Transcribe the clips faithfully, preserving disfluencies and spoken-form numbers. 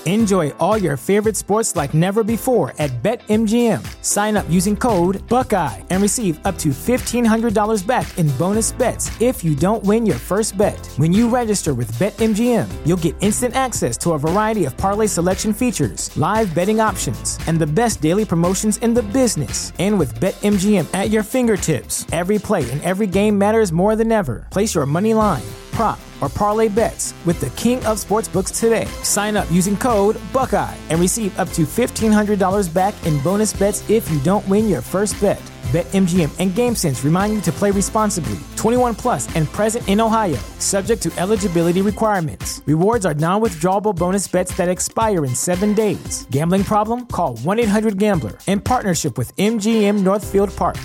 Enjoy all your favorite sports like never before at BetMGM. Sign up using code Buckeye and receive up to fifteen hundred dollars back in bonus bets if you don't win your first bet. When you register with BetMGM, you'll get instant access to a variety of parlay selection features, live betting options, and the best daily promotions in the business. And with BetMGM at your fingertips, every play and every game matters more than ever. Place your money line, prop, or parlay bets with the king of sportsbooks today. Sign up using code Buckeye and receive up to fifteen hundred dollars back in bonus bets if you don't win your first bet. BetMGM and GameSense remind you to play responsibly. twenty-one plus and present in Ohio, subject to eligibility requirements. Rewards are non-withdrawable bonus bets that expire in seven days. Gambling problem? Call one eight hundred gambler in partnership with M G M Northfield Park.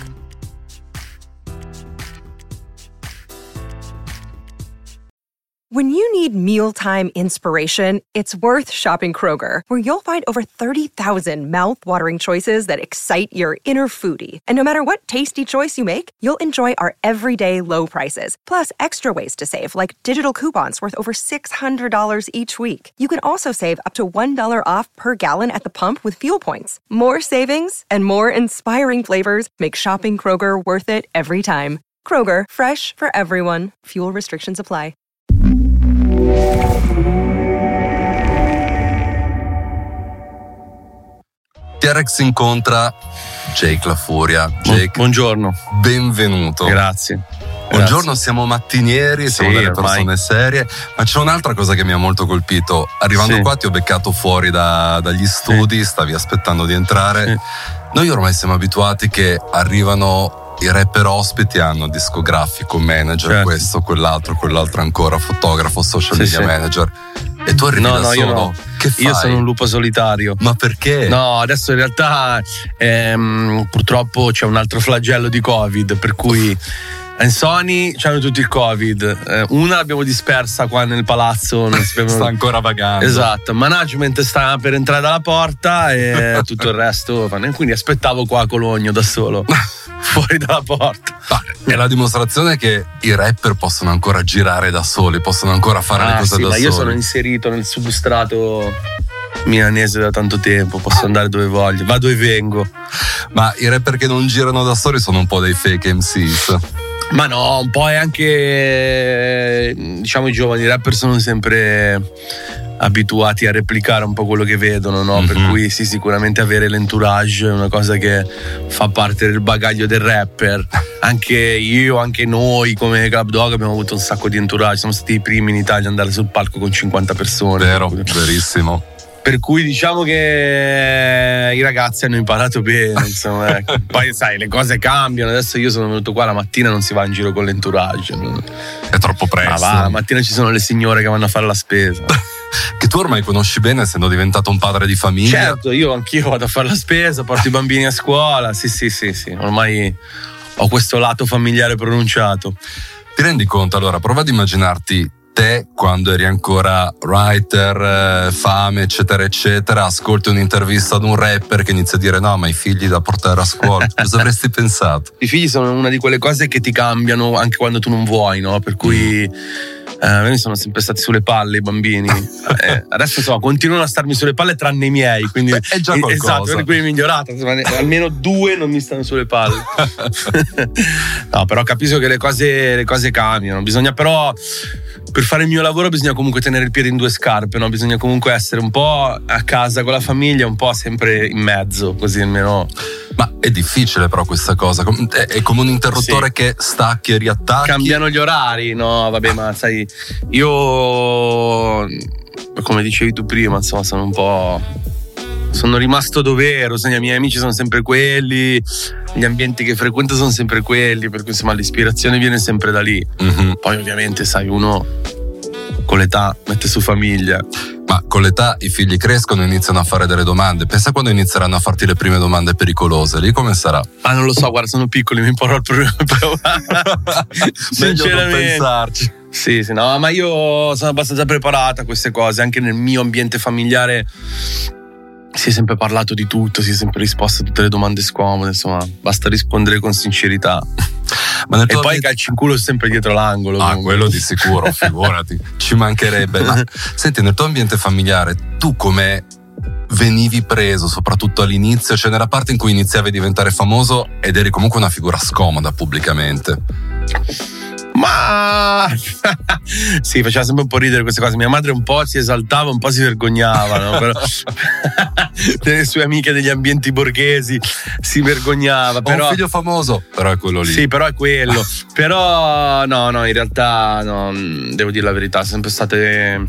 When you need mealtime inspiration, it's worth shopping Kroger, where you'll find over thirty thousand mouth-watering choices that excite your inner foodie. And no matter what tasty choice you make, you'll enjoy our everyday low prices, plus extra ways to save, like digital coupons worth over six hundred dollars each week. You can also save up to one dollar off per gallon at the pump with fuel points. More savings and more inspiring flavors make shopping Kroger worth it every time. Kroger, fresh for everyone. Fuel restrictions apply. T-Rex incontra Jake La Furia. Jake, buongiorno. Benvenuto. Grazie. Buongiorno, Grazie. siamo mattinieri, sì, siamo delle persone ormai serie, ma c'è un'altra cosa che mi ha molto colpito. Arrivando sì. qua ti ho beccato fuori da, dagli studi, sì. stavi aspettando di entrare. Sì. Noi ormai siamo abituati che arrivano i rapper ospiti, hanno discografico, manager, certo. questo, quell'altro, quell'altro ancora, fotografo, social sì, media sì. manager. E tu arrivi no, da no, solo. Io no. Che fai? Io sono un lupo solitario. Ma perché? No, adesso in realtà ehm, purtroppo c'è un altro flagello di Covid, per cui in Sony c'hanno tutti il Covid. Eh, una l'abbiamo dispersa qua nel palazzo, non sappiamo... sta ancora vagando. Esatto, management sta per entrare dalla porta e tutto il resto. Quindi aspettavo qua a Cologno da solo, fuori dalla porta. Ah, è la dimostrazione che i rapper possono ancora girare da soli, possono ancora fare ah, le cose sì, da ma soli. Io sono inserito nel substrato milanese da tanto tempo, posso andare dove voglio, vado e vengo. Ma i rapper che non girano da soli sono un po' dei fake M Cs. Ma no, un po' è anche, diciamo, i giovani rapper sono sempre abituati a replicare un po' quello che vedono, no? Mm-hmm. Per cui sì, sicuramente avere l'entourage è una cosa che fa parte del bagaglio del rapper. Anche io, anche noi come Club Dog abbiamo avuto un sacco di entourage, siamo stati i primi in Italia ad andare sul palco con cinquanta persone. Vero, verissimo. Per cui diciamo che i ragazzi hanno imparato bene, insomma. Ecco. Poi sai, le cose cambiano. Adesso io sono venuto qua la mattina, non si va in giro con l'entourage. È troppo presto. Ma va, la mattina ci sono le signore che vanno a fare la spesa. Che tu ormai conosci bene, essendo diventato un padre di famiglia. Certo, io anch'io vado a fare la spesa, porto i bambini a scuola. Sì, sì, sì, sì. Ormai ho questo lato familiare pronunciato. Ti rendi conto? Allora, prova ad immaginarti te quando eri ancora writer, eh, fame, eccetera eccetera, ascolti un'intervista ad un rapper che inizia a dire no, ma i figli da portare a scuola. Cosa avresti pensato? I figli sono una di quelle cose che ti cambiano anche quando tu non vuoi, no? Per cui eh, a me sono sempre stati sulle palle i bambini. eh, adesso insomma continuano a starmi sulle palle tranne i miei, quindi beh, è già qualcosa. Esatto, per cui è migliorato, insomma, almeno due non mi stanno sulle palle. No, però capisco che le cose, le cose cambiano, bisogna però, per fare il mio lavoro bisogna comunque tenere il piede in due scarpe, no? Bisogna comunque essere un po' a casa con la famiglia, un po' sempre in mezzo, così almeno. Ma è difficile però questa cosa, è come un interruttore sì. che stacchi e riattacchi. Cambiano gli orari, no vabbè, ma sai, io come dicevi tu prima, insomma, sono un po'... sono rimasto dove ero, i miei amici sono sempre quelli, gli ambienti che frequento sono sempre quelli, per cui insomma l'ispirazione viene sempre da lì. Mm-hmm. Poi ovviamente sai, uno con l'età mette su famiglia. Ma con l'età i figli crescono e iniziano a fare delle domande. Pensa quando inizieranno a farti le prime domande pericolose, lì come sarà? Ah, non lo so, guarda, sono piccoli, mi imporrò il problema. Meglio non pensarci. Sì, sì, no, ma io sono abbastanza preparato a queste cose, anche nel mio ambiente familiare. si è sempre parlato di tutto, si è sempre risposto a tutte le domande scomode, insomma, basta rispondere con sincerità. Ma nel e poi i calci in culo sempre dietro l'angolo. Ah, comunque. Quello di sicuro, figurati, ci mancherebbe. Ma senti, nel tuo ambiente familiare, tu come venivi preso, soprattutto all'inizio? Cioè nella parte in cui iniziavi a diventare famoso ed eri comunque una figura scomoda pubblicamente. Ma sì, faceva sempre un po' ridere queste cose. Mia madre un po' si esaltava, un po' si vergognava, no? Però delle sue amiche degli ambienti borghesi si vergognava. Però... Ho un figlio famoso, però è quello lì. Sì, però è quello. Però no, no, in realtà no, devo dire la verità, sempre state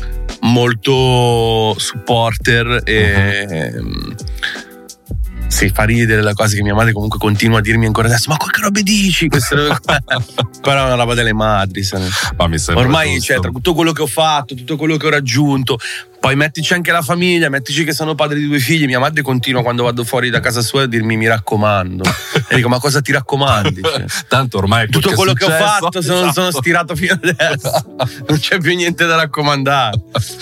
molto supporter e uh-huh. Sì, fa ridere la cosa che mia madre comunque continua a dirmi ancora adesso: ma che robe dici? Queste robe però è una roba delle madri, se ne... ma mi ormai giusto. Cioè, tra tutto quello che ho fatto, tutto quello che ho raggiunto, poi mettici anche la famiglia, mettici che sono padre di due figli, mia madre continua quando vado fuori da casa sua a dirmi mi raccomando. E dico: ma cosa ti raccomandi? Cioè, tanto ormai tutto che quello successo, che ho fatto se non esatto. sono stirato fino adesso, non c'è più niente da raccomandare.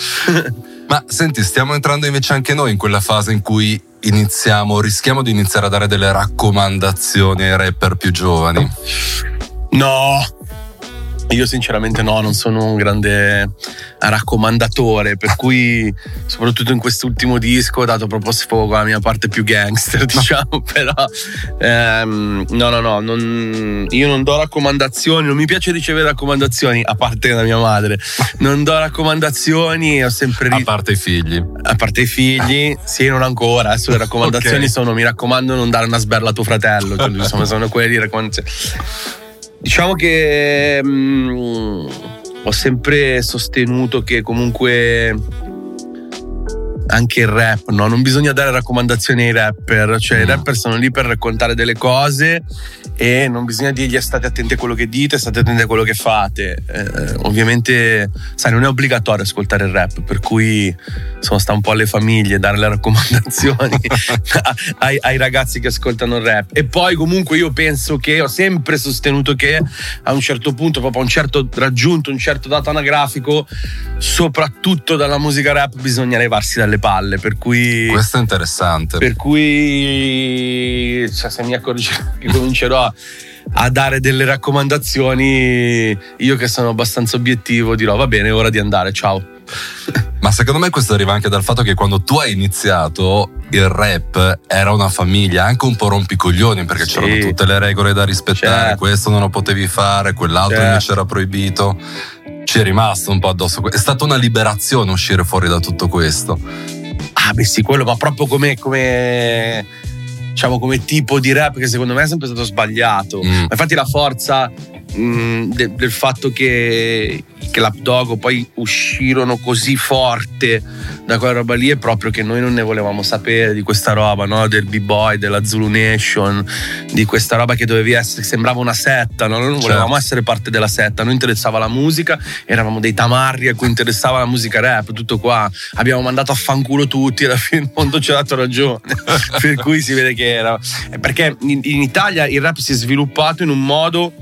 Ma senti, stiamo entrando invece anche noi in quella fase in cui iniziamo, rischiamo di iniziare a dare delle raccomandazioni ai rapper più giovani. No, io sinceramente no, non sono un grande raccomandatore, per cui soprattutto in quest'ultimo disco ho dato proprio sfogo alla mia parte più gangster, diciamo. Però ehm, no no no non, io non do raccomandazioni, non mi piace ricevere raccomandazioni, a parte da mia madre. Non do raccomandazioni, ho sempre ri- a parte i figli a parte i figli sì, non ancora. Adesso le raccomandazioni okay. sono: mi raccomando non dare una sberla a tuo fratello, cioè, insomma, sono quelle raccomandazioni. Diciamo che mh, ho sempre sostenuto che comunque anche il rap, no? Non bisogna dare raccomandazioni ai rapper, cioè mm. i rapper sono lì per raccontare delle cose e non bisogna dirgli state attenti a quello che dite, state attenti a quello che fate. Eh, ovviamente, sai, non è obbligatorio ascoltare il rap, per cui insomma sta un po' alle famiglie dare le raccomandazioni ai, ai ragazzi che ascoltano il rap. E poi comunque io penso che ho sempre sostenuto che a un certo punto, proprio a un certo raggiunto un certo dato anagrafico, soprattutto dalla musica rap bisogna levarsi dalle palle, per cui questo è interessante, per cui cioè, se mi accorgerò che comincerò a, a dare delle raccomandazioni, io che sono abbastanza obiettivo dirò va bene, è ora di andare, ciao. Ma secondo me questo arriva anche dal fatto che quando tu hai iniziato il rap era una famiglia anche un po' rompicoglioni, perché sì. c'erano tutte le regole da rispettare, certo. questo non lo potevi fare, quell'altro certo. invece era proibito. Ci è rimasto un po' addosso. È stata una liberazione uscire fuori da tutto questo. Ah beh sì, quello, ma proprio come come diciamo come tipo di rap che secondo me è sempre stato sbagliato. Mm. Infatti la forza mh, de, del fatto che che Club Dogo poi uscirono così forte da quella roba lì è proprio che noi non ne volevamo sapere di questa roba, no? Del B-Boy, della Zulu Nation, di questa roba che dovevi essere, sembrava una setta, no? Noi non volevamo certo. essere parte della setta, a noi interessava la musica, eravamo dei tamarri a cui interessava la musica rap, tutto qua, abbiamo mandato a fanculo tutti e alla fine il mondo ci ha dato ragione. Per cui si vede che era perché in, in Italia il rap si è sviluppato in un modo,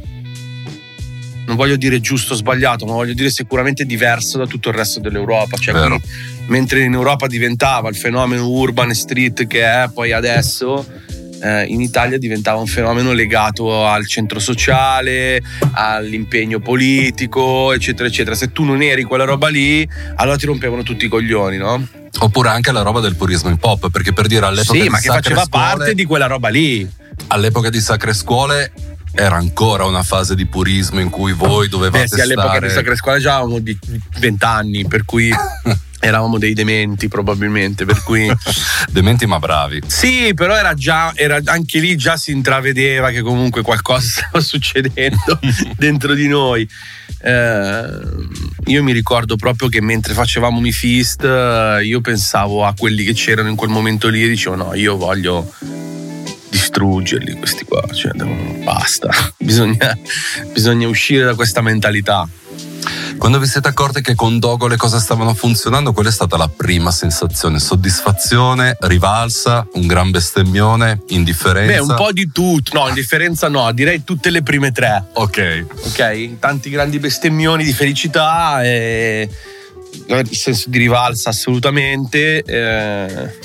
non voglio dire giusto o sbagliato, ma voglio dire sicuramente diverso da tutto il resto dell'Europa. Cioè, quindi, mentre in Europa diventava il fenomeno urban street che è poi adesso, eh, in Italia diventava un fenomeno legato al centro sociale, all'impegno politico, eccetera, eccetera. Se tu non eri quella roba lì, allora ti rompevano tutti i coglioni, no? Oppure anche la roba del purismo hip hop, perché per dire all'epoca sì, di ma che Sacre faceva Scuole, parte di quella roba lì. All'epoca di Sacre Scuole era ancora una fase di purismo in cui voi dovevate Beh, sì, all'epoca stare... di Sacre Scuole già avevamo di vent'anni, per cui eravamo dei dementi probabilmente, per cui dementi ma bravi. Sì, però era già era anche lì già si intravedeva che comunque qualcosa stava succedendo dentro di noi. Eh, io mi ricordo proprio che mentre facevamo Mi Fist io pensavo a quelli che c'erano in quel momento lì e dicevo no, io voglio distruggerli questi qua, cioè devono, basta, bisogna, bisogna uscire da questa mentalità. Quando vi siete accorti che con Dogo le cose stavano funzionando, qual è stata la prima sensazione? Soddisfazione, rivalsa, un gran bestemmione, indifferenza? Beh, un po' di tutto, no, indifferenza no, direi tutte le prime tre. Ok. Ok, tanti grandi bestemmioni di felicità e il senso di rivalsa assolutamente. Eh...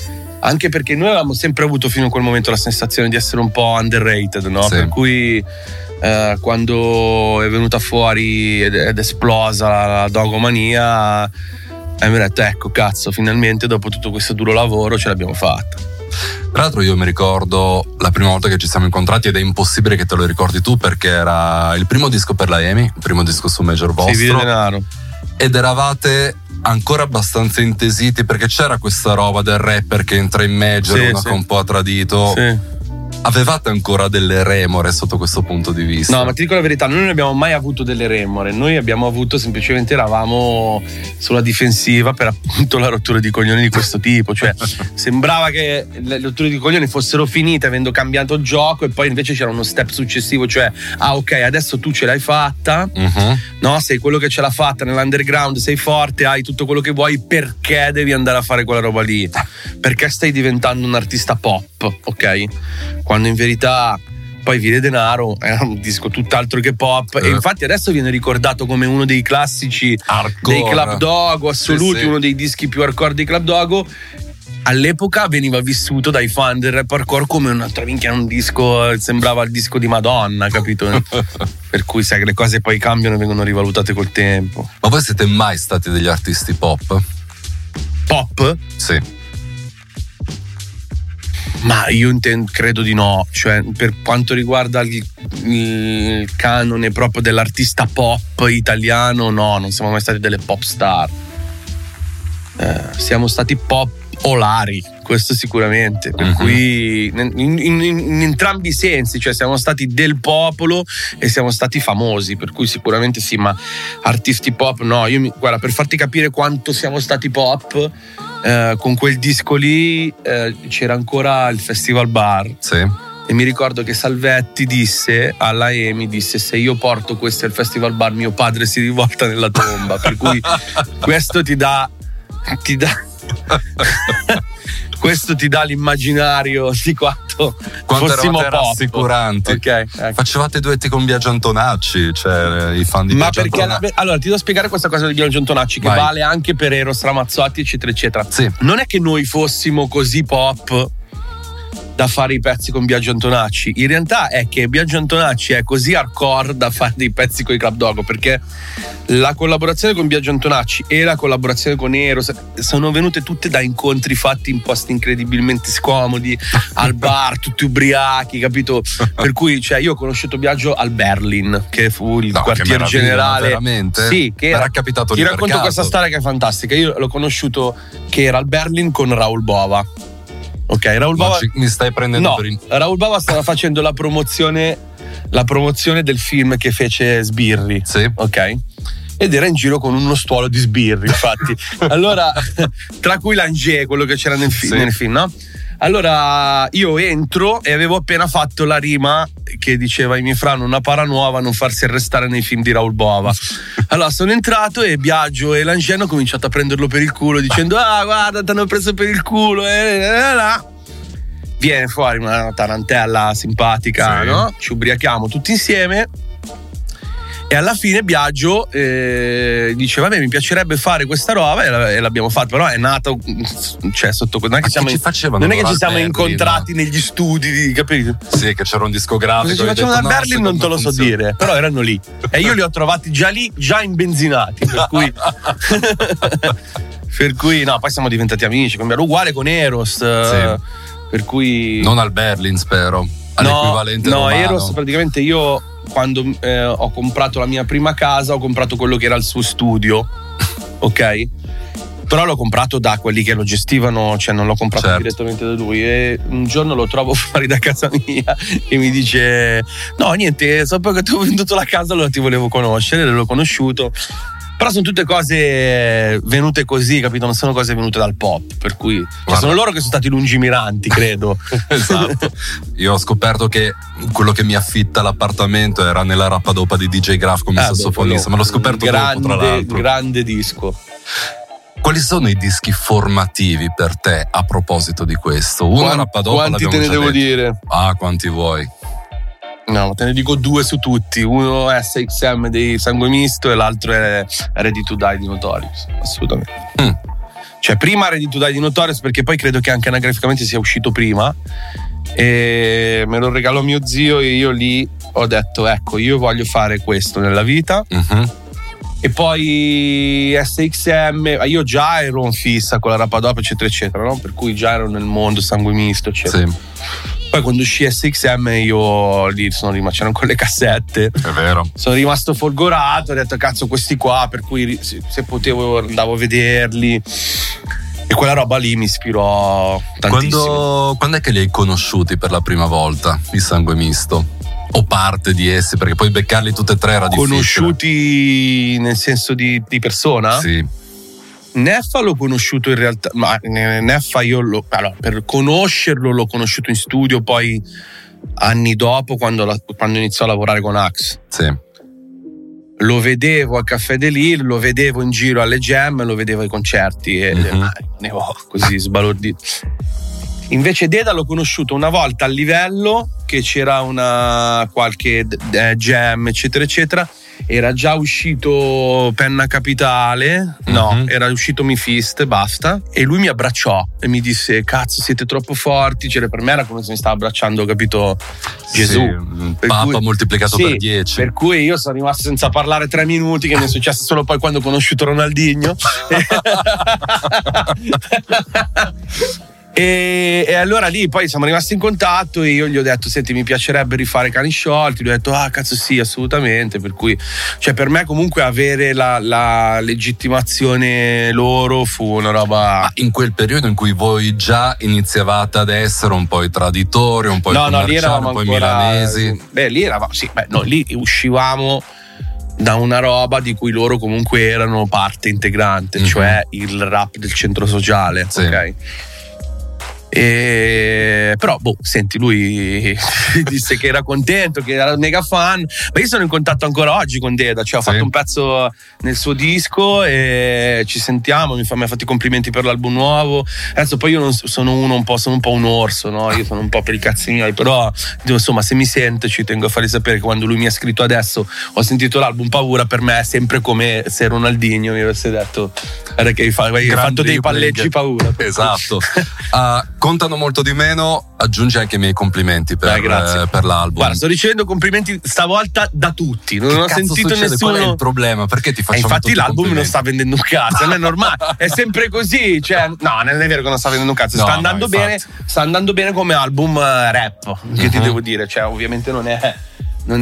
Anche perché noi avevamo sempre avuto fino a quel momento la sensazione di essere un po' underrated, no? Sì. Per cui eh, quando è venuta fuori ed, ed esplosa la Dogomania, e mi ho detto ecco cazzo, finalmente dopo tutto questo duro lavoro ce l'abbiamo fatta. Tra l'altro io mi ricordo la prima volta che ci siamo incontrati, ed è impossibile che te lo ricordi tu perché era il primo disco per la EMI, il primo disco su major vostro. Sì, Vide Denaro. Ed eravate ancora abbastanza intesiti perché c'era questa roba del rapper che entra in major, sì, uno sì. che un po' ha tradito. Sì. Avevate ancora delle remore sotto questo punto di vista? No, ma ti dico la verità, noi non abbiamo mai avuto delle remore, noi abbiamo avuto semplicemente, eravamo sulla difensiva per appunto la rottura di coglioni di questo tipo, cioè sembrava che le rotture di coglioni fossero finite avendo cambiato il gioco, e poi invece c'era uno step successivo, cioè ah ok, adesso tu ce l'hai fatta, uh-huh. no, sei quello che ce l'ha fatta nell'underground, sei forte, hai tutto quello che vuoi, perché devi andare a fare quella roba lì? Perché stai diventando un artista pop, ok? Quando in verità poi Vide Denaro è un disco tutt'altro che pop, eh. e infatti adesso viene ricordato come uno dei classici hardcore dei Club Dogo assoluti, sì, sì. uno dei dischi più hardcore dei Club Dogo. All'epoca veniva vissuto dai fan del rap hardcore come un altro minchia, un disco, sembrava il disco di Madonna, capito? Per cui sai che le cose poi cambiano e vengono rivalutate col tempo. Ma voi siete mai stati degli artisti pop? Pop? Sì. Ma io intendo, credo di no, cioè per quanto riguarda il, il canone proprio dell'artista pop italiano, no, non siamo mai stati delle pop star. Eh, siamo stati pop olari, questo sicuramente, per uh-huh. cui in, in, in, in entrambi i sensi, cioè siamo stati del popolo e siamo stati famosi, per cui sicuramente sì, ma artisti pop no. Io mi, guarda, per farti capire quanto siamo stati pop, eh, con quel disco lì eh, c'era ancora il Festival Bar, sì. e mi ricordo che Salvetti disse alla EMI, disse se io porto questo al Festival Bar mio padre si rivolta nella tomba, per cui questo ti dà ti dà questo ti dà l'immaginario di quanto, quanto fossimo eravate pop. rassicuranti. Okay, ecco. Facevate duetti con Biagio Antonacci, cioè i fan di Ma Biagio perché Antonacci. Allora ti devo spiegare questa cosa di Biagio Antonacci che Vai. vale anche per Eros Ramazzotti eccetera eccetera, sì. Non è che noi fossimo così pop da fare i pezzi con Biagio Antonacci, in realtà è che Biagio Antonacci è così hardcore da fare dei pezzi con i Club Dogo, perché la collaborazione con Biagio Antonacci e la collaborazione con Eros sono venute tutte da incontri fatti in posti incredibilmente scomodi, al bar, tutti ubriachi, capito? Per cui cioè io ho conosciuto Biagio al Berlin, che fu il no, quartier generale, veramente? Sì, che era, era capitato ti di racconto per questa storia che è fantastica. Io l'ho conosciuto che era al Berlin con Raul Bova. Ok, Raul Bava ci, mi stai prendendo no, per il... Raul Bava stava facendo la promozione la promozione del film che fece Sbirri, sì. ok? Ed era in giro con uno stuolo di sbirri, infatti. Allora, tra cui l'Angers, quello che c'era nel, fi- sì. nel film, no? Allora io entro e avevo appena fatto la rima che diceva: i miei fra una para nuova, non farsi arrestare nei film di Raul Bova. Allora sono entrato e Biagio e l'Angers hanno cominciato a prenderlo per il culo dicendo: ah guarda, ti hanno preso per il culo, eh, eh, là. Viene fuori una tarantella simpatica, sì. no? Ci ubriachiamo tutti insieme. E alla fine Biagio eh, dice: vabbè, mi piacerebbe fare questa roba, e l'abbiamo fatto, però è nato, cioè sotto non è che, siamo, che ci non è che ci siamo Berlin, incontrati no? negli studi, capito? Sì, che c'era un discografico. Se ci facciamo da no, Berlin non te lo so funziona. dire, però erano lì e io li ho trovati già lì, già imbenzinati, per cui per cui no, poi siamo diventati amici, uguale con Eros, sì. Per cui non al Berlin, spero, all'equivalente no, no, romano. Eros praticamente io quando eh, ho comprato la mia prima casa ho comprato quello che era il suo studio, ok? Però l'ho comprato da quelli che lo gestivano, cioè non l'ho comprato certo. direttamente da lui, e un giorno lo trovo fuori da casa mia e mi dice: no niente, sapevo che ti ho venduto la casa, allora ti volevo conoscere, l'ho conosciuto. Però sono tutte cose venute così, capito? Non sono cose venute dal pop, per cui cioè, sono loro che sono stati lungimiranti, credo. Esatto. Io ho scoperto che quello che mi affitta l'appartamento era nella rappadopa di D J Graf come ah, sassofonista, ma l'ho scoperto grande, dopo, tra l'altro. Grande disco. Quali sono i dischi formativi per te a proposito di questo? Uno Quanti, rappadopa, quanti te ne devo detto. dire? Ah, quanti vuoi? No, te ne dico due su tutti. Uno è S X M dei Sangue Misto e l'altro è Ready to Die di Notorious. Assolutamente. Mm. Cioè prima Ready to Die di Notorious, perché poi credo che anche anagraficamente sia uscito prima, e me lo regalò mio zio e io lì ho detto ecco, io voglio fare questo nella vita. Uh-huh. E poi S X M, io già ero in fissa con la Rapadop eccetera eccetera, no? Per cui già ero nel mondo sangue misto eccetera. Sì. Poi quando uscì S X M io lì sono rimasto, c'erano con le cassette, è vero, sono rimasto folgorato, ho detto cazzo questi qua, per cui se potevo andavo a vederli e quella roba lì mi ispirò tantissimo. Quando, quando è che li hai conosciuti per la prima volta, il sangue misto? O parte di essi, perché poi beccarli tutti e tre era difficile. Conosciuti nel senso di, di persona? Sì. Neffa l'ho conosciuto in realtà, ma Neffa io lo, allora, per conoscerlo l'ho conosciuto in studio poi anni dopo quando, la, quando iniziò a lavorare con Axe. Sì. Lo vedevo al Caffè de Lille, lo vedevo in giro alle jam, lo vedevo ai concerti e mm-hmm. ne ho così sbalordito. Invece Deda l'ho conosciuto una volta al livello che c'era una qualche jam eccetera eccetera, era già uscito Penna Capitale, no, mm-hmm. era uscito Mi Fist, basta, e lui mi abbracciò e mi disse cazzo siete troppo forti, cioè per me era come se mi stava abbracciando, capito, Gesù, sì, Papa cui, moltiplicato sì, per dieci, per cui io sono rimasto senza parlare tre minuti, che mi è successo solo poi quando ho conosciuto Ronaldinho. E, e allora lì poi siamo rimasti in contatto e io gli ho detto senti mi piacerebbe rifare Cani Sciolti, lui ha detto ah cazzo sì assolutamente, per cui cioè per me comunque avere la, la legittimazione loro fu una roba. Ma in quel periodo in cui voi già iniziavate ad essere un po' i traditori, un po' no, i commerciali, no, un po' ancora, i milanesi, beh lì eravamo sì, beh no, lì uscivamo da una roba di cui loro comunque erano parte integrante, mm-hmm. cioè il rap del centro sociale, sì. Ok? E... però boh senti lui disse che era contento, che era mega fan, ma io sono in contatto ancora oggi con Deda, cioè ho sì. fatto un pezzo nel suo disco e ci sentiamo, mi, fa, mi ha fatto i complimenti per l'album nuovo. Adesso poi io non sono uno un po' sono un po' un orso, no? Io sono un po' per i cazzi miei, però insomma se mi sente ci tengo a fargli sapere che quando lui mi ha scritto adesso ho sentito l'album Paura, per me è sempre come se Ronaldinho mi avesse detto guarda che hai fatto dei palleggi Paura. Esatto. uh, contano molto di meno, aggiungi anche i miei complimenti per, eh, per l'album. Guarda, sto ricevendo complimenti stavolta da tutti, non che ho cazzo sentito succede? nessuno. Qual è il problema? Perché ti facciamo e infatti l'album non sta vendendo un cazzo, non è normale, è sempre così, cioè no, non è vero che non sta vendendo un cazzo, no, sta andando no, bene, sta andando bene come album rap, che uh-huh. ti devo dire, cioè ovviamente non è non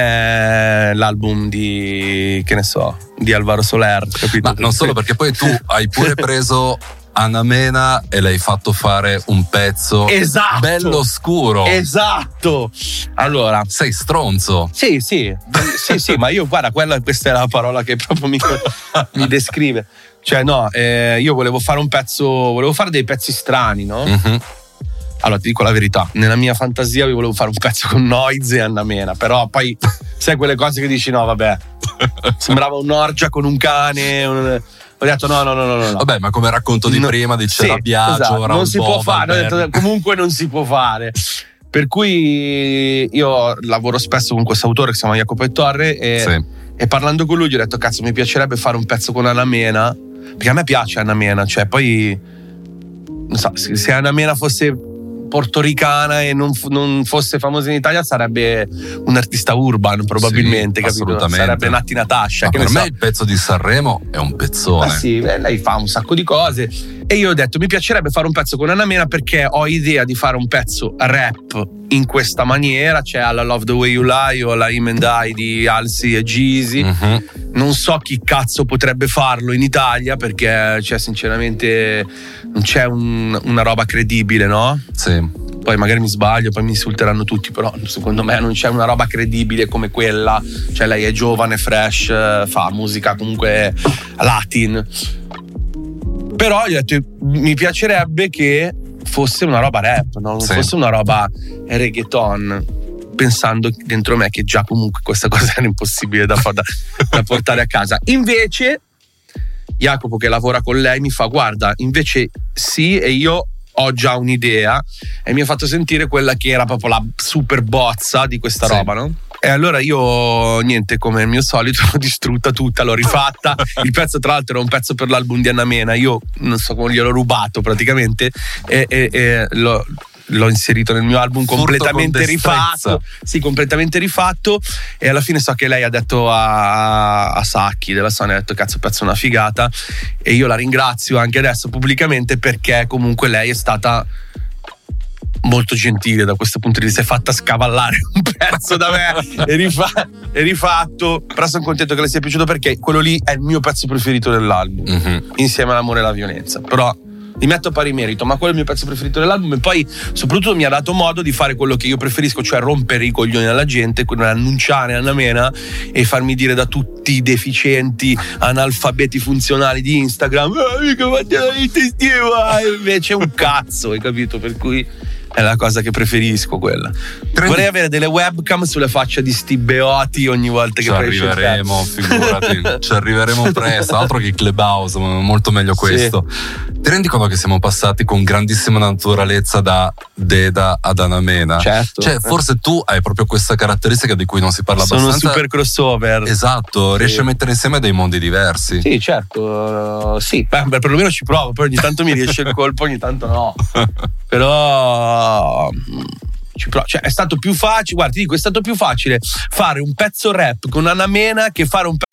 è l'album di che ne so, di Alvaro Soler, capito? Ma non solo, perché poi tu hai pure preso Anna Mena e l'hai fatto fare un pezzo esatto, bello scuro. Esatto. Allora, sei stronzo. Sì, sì, sì, sì, ma io guarda, quella, questa è la parola che proprio mi, mi descrive. Cioè, no, eh, io volevo fare un pezzo, volevo fare dei pezzi strani, no? Mm-hmm. Allora, ti dico la verità, nella mia fantasia io volevo fare un pezzo con Noise e Anna Mena, però poi sai quelle cose che dici no, vabbè, sembrava un'orgia con un cane, un... ho detto no no no no no vabbè, ma come racconto di no, prima dice sì, la Biagio, esatto, non si può fare, ho detto, comunque non si può fare, per cui io lavoro spesso con questo autore che si chiama Jacopo Torre e, sì. e parlando con lui gli ho detto cazzo mi piacerebbe fare un pezzo con Anna Mena, perché a me piace Anna Mena, cioè poi non so, se Anna Mena fosse portoricana e non, non fosse famosa in Italia sarebbe un artista urban probabilmente, sì, capito? Sarebbe Natti Natasha. Ma che per me so. Il pezzo di Sanremo è un pezzone. Ah sì, lei fa un sacco di cose e io ho detto mi piacerebbe fare un pezzo con Anna Mena perché ho idea di fare un pezzo rap in questa maniera, cioè alla Love the Way You Lie o alla Him and I di Halsey e Jeezy. Mm-hmm. Non so chi cazzo potrebbe farlo in Italia perché cioè sinceramente non c'è un, una roba credibile, no? Sì. Poi magari mi sbaglio, poi mi insulteranno tutti, però secondo me non c'è una roba credibile come quella. Cioè lei è giovane, fresh, fa musica comunque latin. Però gli ho detto mi piacerebbe che fosse una roba rap, no? Non sì. fosse una roba reggaeton, pensando dentro me che già comunque questa cosa era impossibile da, da, da portare a casa. Invece Jacopo, che lavora con lei, mi fa guarda, invece sì, e io ho già un'idea, e mi ha fatto sentire quella che era proprio la super bozza di questa sì. roba, no? E allora io, niente, come il mio solito, l'ho distrutta tutta, l'ho rifatta. Il pezzo, tra l'altro, era un pezzo per l'album di Anna Mena. Io non so come gliel'ho rubato praticamente e, e, e l'ho, l'ho inserito nel mio album completamente rifatto. Sì, completamente rifatto. E alla fine so che lei ha detto a, a Sacchi della Sony, ha detto cazzo, pezzo è una figata. E io la ringrazio anche adesso pubblicamente, perché comunque lei è stata molto gentile da questo punto di vista, è fatta scavallare un pezzo da me e, rifa- e rifatto, però sono contento che le sia piaciuto, perché quello lì è il mio pezzo preferito dell'album, mm-hmm. insieme all'amore e alla violenza, però li metto a pari merito, ma quello è il mio pezzo preferito dell'album. E poi soprattutto mi ha dato modo di fare quello che io preferisco, cioè rompere i coglioni alla gente, annunciare Anna Mena e farmi dire da tutti i deficienti analfabeti funzionali di Instagram invece un cazzo, hai capito? Per cui è la cosa che preferisco, quella. Trendi. Vorrei avere delle webcam sulle facce di sti beoti ogni volta che ci arriveremo, figurati. Ci arriveremo presto, altro che Clubhouse, molto meglio questo. Sì. Ti rendi conto che siamo passati con grandissima naturalezza da Deda ad Anna Mena? Certo. Cioè, forse tu hai proprio questa caratteristica di cui non si parla Sono abbastanza. Sono un super crossover. Esatto, sì. Riesci a mettere insieme dei mondi diversi. Sì, certo. Uh, sì, beh, perlomeno ci provo, poi ogni tanto mi riesce il colpo, ogni tanto no. Però ci provo. Cioè, è stato più facile, guarda, ti dico, è stato più facile fare un pezzo rap con Anna Mena che fare un pezzo.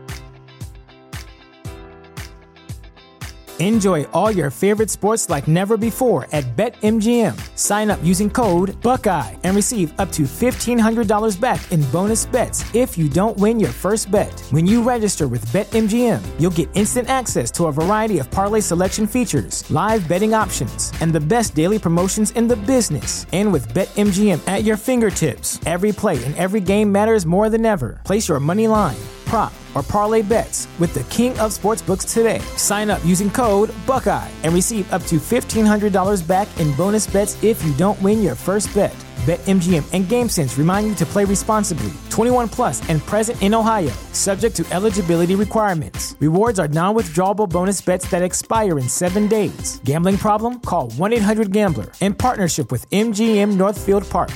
Enjoy all your favorite sports like never before at BetMGM. Sign up using code Buckeye and receive up to fifteen hundred dollars back in bonus bets if you don't win your first bet. When you register with BetMGM, you'll get instant access to a variety of parlay selection features, live betting options, and the best daily promotions in the business. And with BetMGM at your fingertips, every play and every game matters more than ever. Place your money line, prop, or parlay bets with the king of sportsbooks today. Sign up using code Buckeye and receive up to fifteen hundred dollars back in bonus bets if you don't win your first bet. BetMGM and GameSense remind you to play responsibly. twenty-one plus and present in Ohio, subject to eligibility requirements. Rewards are non-withdrawable bonus bets that expire in seven days. Gambling problem? Call one eight hundred gambler in partnership with M G M Northfield Park.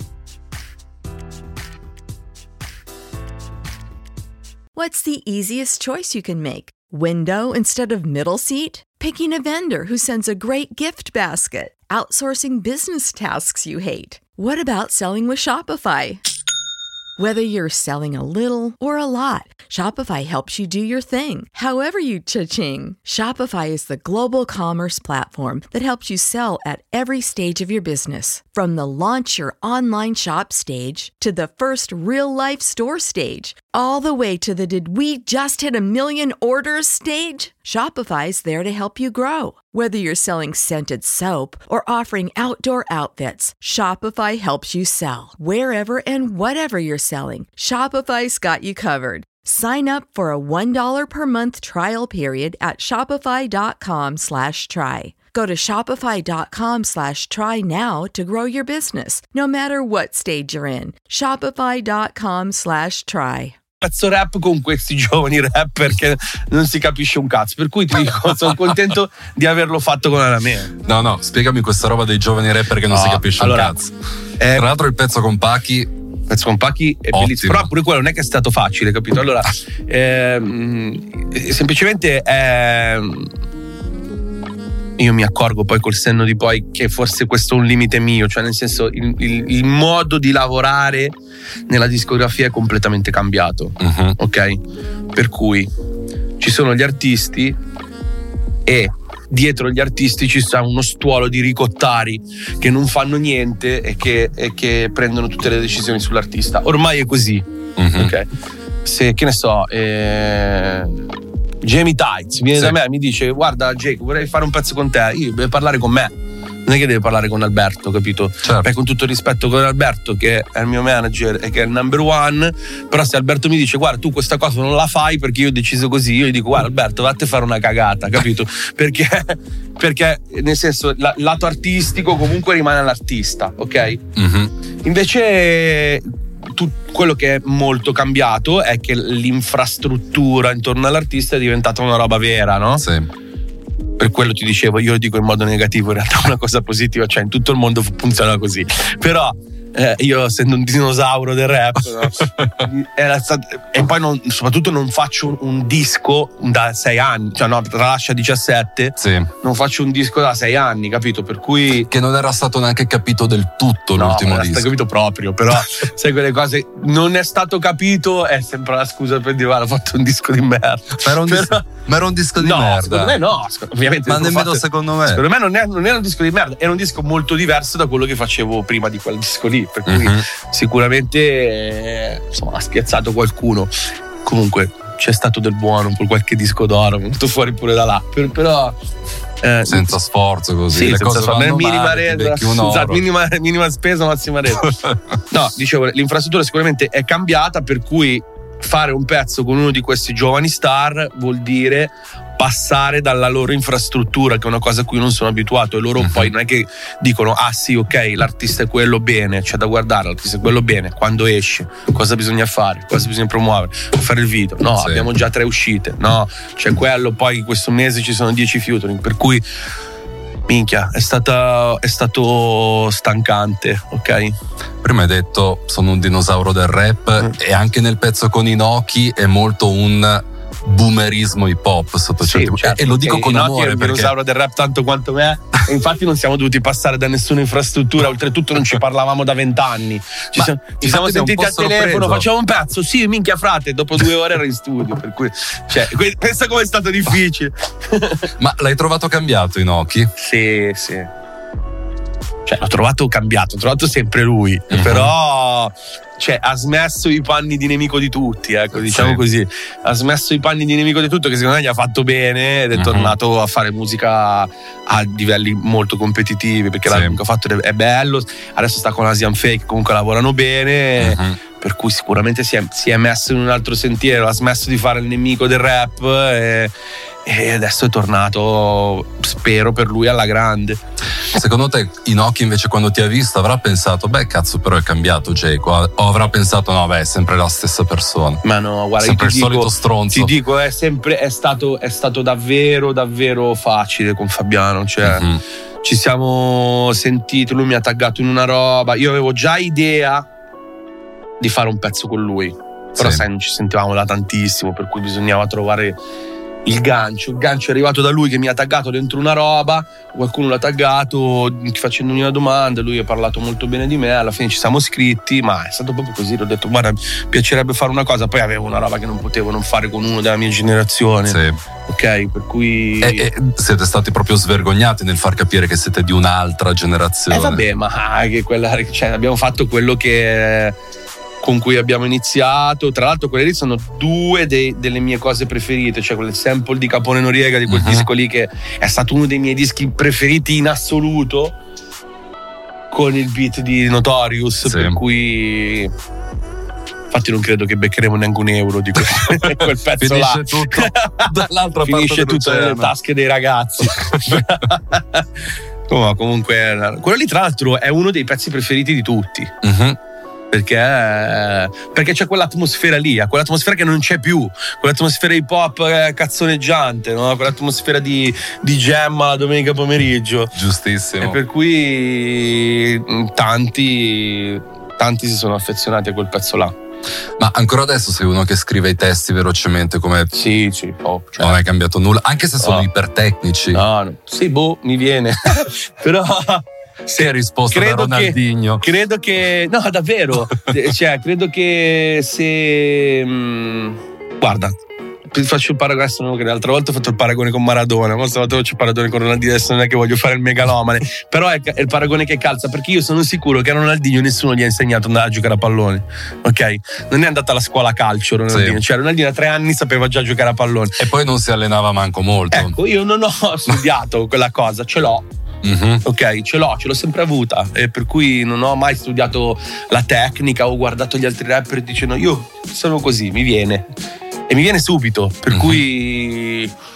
What's the easiest choice you can make? Window instead of middle seat? Picking a vendor who sends a great gift basket? Outsourcing business tasks you hate? What about selling with Shopify? Whether you're selling a little or a lot, Shopify helps you do your thing, however you cha-ching. Shopify is the global commerce platform that helps you sell at every stage of your business. From the launch your online shop stage to the first real-life store stage, all the way to the did we just hit a million orders stage? Shopify's there to help you grow. Whether you're selling scented soap or offering outdoor outfits, Shopify helps you sell. Wherever and whatever you're selling, Shopify's got you covered. Sign up for a one dollar per month trial period at shopify.com slash try. Go to shopify.com slash try now to grow your business, no matter what stage you're in. Shopify.com slash try. Pezzo rap con questi giovani rapper che non si capisce un cazzo, per cui ti dico, sono contento di averlo fatto con Anna Mena. No no, spiegami questa roba dei giovani rapper che non no, si capisce allora, un cazzo. Eh, Tra l'altro il pezzo con Pachi, pezzo con Pachi è ottimo. Bellissimo, però pure quello non è che è stato facile, capito? Allora ehm, semplicemente ehm, io mi accorgo poi col senno di poi che forse questo è un limite mio, cioè nel senso il, il, il modo di lavorare nella discografia è completamente cambiato, uh-huh. ok? Per cui ci sono gli artisti e dietro gli artisti ci sta uno stuolo di ricottari che non fanno niente e che, e che prendono tutte le decisioni sull'artista. Ormai è così, uh-huh. ok? Se, che ne so, eh... Jamie Tights viene sì. da me e mi dice guarda Jake, vorrei fare un pezzo con te, io devo parlare con me, non è che deve parlare con Alberto, capito? Certo. Beh, con tutto il rispetto con Alberto che è il mio manager e che è il number one, però se Alberto mi dice guarda tu questa cosa non la fai perché io ho deciso così, io gli dico guarda Alberto vatte a fare una cagata, capito? perché perché nel senso il lato artistico comunque rimane all'artista, ok? Mm-hmm. Invece Tut- quello che è molto cambiato è che l'infrastruttura intorno all'artista è diventata una roba vera, no? Sì. Per quello ti dicevo, io lo dico in modo negativo, in realtà è una cosa positiva, cioè in tutto il mondo funziona così. Però eh, io essendo un dinosauro del rap, no? Era stato, e poi non, soprattutto non faccio un, un disco da sei anni, cioè no, tralascia diciassette, sì. Non faccio un disco da sei anni, capito? Per cui che non era stato neanche capito del tutto, no, l'ultimo non disco. Non è stato capito proprio, però sai quelle cose, non è stato capito, è sempre la scusa per dire, guarda, ho fatto un disco di merda. Ma era un, però, disco, ma era un disco di no, merda. Secondo me no, ovviamente. Ma nemmeno fatto, secondo me. Secondo me non, è, non era un disco di merda, era un disco molto diverso da quello che facevo prima di quel disco lì, per cui mm-hmm. sicuramente eh, insomma ha spiazzato qualcuno. Comunque c'è stato del buono, per qualche disco d'oro venuto fuori pure da là, per, però eh, senza sforzo così, sì, le senza cose sforzo, vanno minima male, resa, esatto, minima, minima spesa, massima resa. No, dicevo, l'infrastruttura sicuramente è cambiata, per cui fare un pezzo con uno di questi giovani star vuol dire passare dalla loro infrastruttura, che è una cosa a cui non sono abituato, e loro uh-huh. poi non è che dicono ah sì ok l'artista è quello, bene, c'è da guardare, l'artista è quello, bene, quando esce cosa bisogna fare, cosa bisogna promuovere, fare il video, no sì. abbiamo già tre uscite, no c'è quello, poi questo mese ci sono dieci featuring, per cui minchia è stata è stato stancante, ok? Prima hai detto sono un dinosauro del rap, mm. e anche nel pezzo con Inoki è molto un boomerismo hip hop sotto sì, certi certo, e lo dico con Inoki amore è un perché dinosauro del rap tanto quanto me, e infatti non siamo dovuti passare da nessuna infrastruttura, oltretutto non ci parlavamo da vent'anni, ci, siamo, ci siamo sentiti al telefono, facciamo un pezzo, sì minchia frate, dopo due ore ero in studio, per cui cioè, pensa come è stato difficile. Ma l'hai trovato cambiato Inoki? Sì, sì. Cioè, l'ho trovato cambiato, ho trovato sempre lui, uh-huh. però cioè, ha smesso i panni di nemico di tutti, ecco, diciamo sì. così. Ha smesso i panni di nemico di tutto, che secondo me gli ha fatto bene, ed è uh-huh. tornato a fare musica a livelli molto competitivi, perché sì. l'album che ha fatto è bello. Adesso sta con Asian Fake, comunque lavorano bene. Uh-huh. Per cui sicuramente si è, si è messo in un altro sentiero, ha smesso di fare il nemico del rap e, e adesso è tornato, spero per lui, alla grande. Secondo te Inoki invece quando ti ha visto avrà pensato beh cazzo però è cambiato Geco, o avrà pensato no beh è sempre la stessa persona? Ma no, guarda, sempre il dico, solito stronzo. Ti dico è sempre è stato, è stato davvero davvero facile con Fabiano, cioè mm-hmm. ci siamo sentiti, lui mi ha taggato in una roba, io avevo già idea di fare un pezzo con lui, però sì. sai non ci sentivamo da tantissimo, per cui bisognava trovare il gancio. Il gancio è arrivato da lui che mi ha taggato dentro una roba, qualcuno l'ha taggato facendogli una domanda, lui ha parlato molto bene di me, alla fine ci siamo scritti, ma è stato proprio così, ho detto guarda mi piacerebbe fare una cosa, poi avevo una roba che non potevo non fare con uno della mia generazione, sì. ok, per cui e, e siete stati proprio svergognati nel far capire che siete di un'altra generazione. Eh vabbè, ma che quella, cioè, abbiamo fatto quello che con cui abbiamo iniziato, tra l'altro quelle lì sono due dei, delle mie cose preferite, cioè quel sample di Capone Noriega di quel uh-huh. disco lì che è stato uno dei miei dischi preferiti in assoluto, con il beat di Notorious, sì. per cui infatti non credo che beccheremo neanche un euro di quel, quel pezzo finisce là. tutto dall'altra finisce parte tutto nelle tasche dei ragazzi. No, comunque quello lì tra l'altro è uno dei pezzi preferiti di tutti. Uh-huh. Perché, perché c'è quell'atmosfera lì, quell'atmosfera che non c'è più, quell'atmosfera hip hop cazzoneggiante, no? Quell'atmosfera di, di jam la domenica pomeriggio. Giustissimo. E per cui tanti, tanti si sono affezionati a quel pezzo là. Ma ancora adesso sei uno che scrive i testi velocemente come sì, sì, oh, cioè. non hai cambiato nulla, anche se sono no. ipertecnici. No, no. Sì, boh, mi viene. Però sì, hai risposto da Ronaldinho. Che, credo che no, davvero. Cioè, credo che se mh, guarda, faccio il paragone, che l'altra volta ho fatto il paragone con Maradona, ma stavolta faccio il paragone con Ronaldinho, adesso non è che voglio fare il megalomane, però è, è il paragone che calza, perché io sono sicuro che a Ronaldinho nessuno gli ha insegnato ad andare a giocare a pallone, ok? Non è andato alla scuola calcio Ronaldinho, sì. Cioè Ronaldinho a tre anni sapeva già giocare a pallone. E poi non si allenava manco molto. Ecco, io non ho studiato quella cosa, ce l'ho. Mm-hmm. Ok, ce l'ho, ce l'ho sempre avuta, e per cui non ho mai studiato la tecnica o guardato gli altri rapper dicendo io sono così, mi viene e mi viene subito, per mm-hmm. cui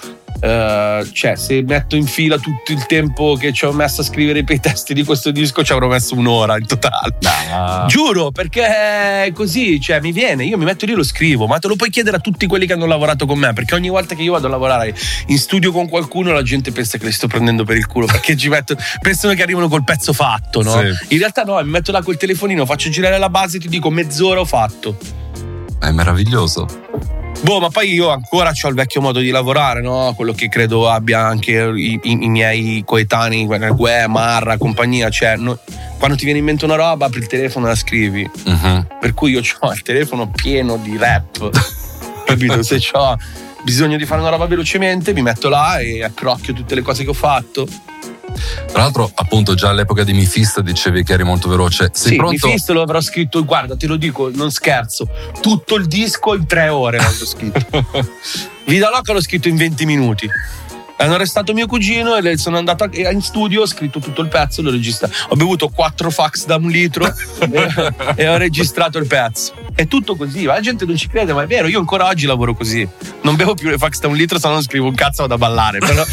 uh, cioè se metto in fila tutto il tempo che ci ho messo a scrivere i testi di questo disco ci avrò messo un'ora in totale. No. Giuro, perché è così, cioè mi viene, io mi metto lì e lo scrivo, ma te lo puoi chiedere a tutti quelli che hanno lavorato con me, perché ogni volta che io vado a lavorare in studio con qualcuno la gente pensa che li sto prendendo per il culo, perché ci metto, pensano che arrivano col pezzo fatto, no? Sì. In realtà no, mi metto là col telefonino, faccio girare la base e ti dico mezz'ora ho fatto. È meraviglioso. Boh, ma poi io ancora ho il vecchio modo di lavorare, no? Quello che credo abbia anche i, i, i miei coetanei, Gue, Marra, compagnia. Cioè, no, quando ti viene in mente una roba, apri il telefono e la scrivi. Uh-huh. Per cui io ho il telefono pieno di rap. Capito? Se ho bisogno di fare una roba velocemente, mi metto là e accrocchio tutte le cose che ho fatto. Tra l'altro, appunto, già all'epoca di Mifist dicevi che eri molto veloce. Sei sì, pronto? Mifist lo avrò scritto, guarda, te lo dico, non scherzo, tutto il disco in tre ore l'ho scritto. Vida Loca l'ho scritto in venti minuti. Hanno arrestato mio cugino e sono andato in studio, ho scritto tutto il pezzo, l'ho registrato. Ho bevuto quattro fax da un litro e, e ho registrato il pezzo. È tutto così, ma la gente non ci crede, ma è vero, io ancora oggi lavoro così. Non bevo più le fax da un litro, se no non scrivo un cazzo da ballare. Però,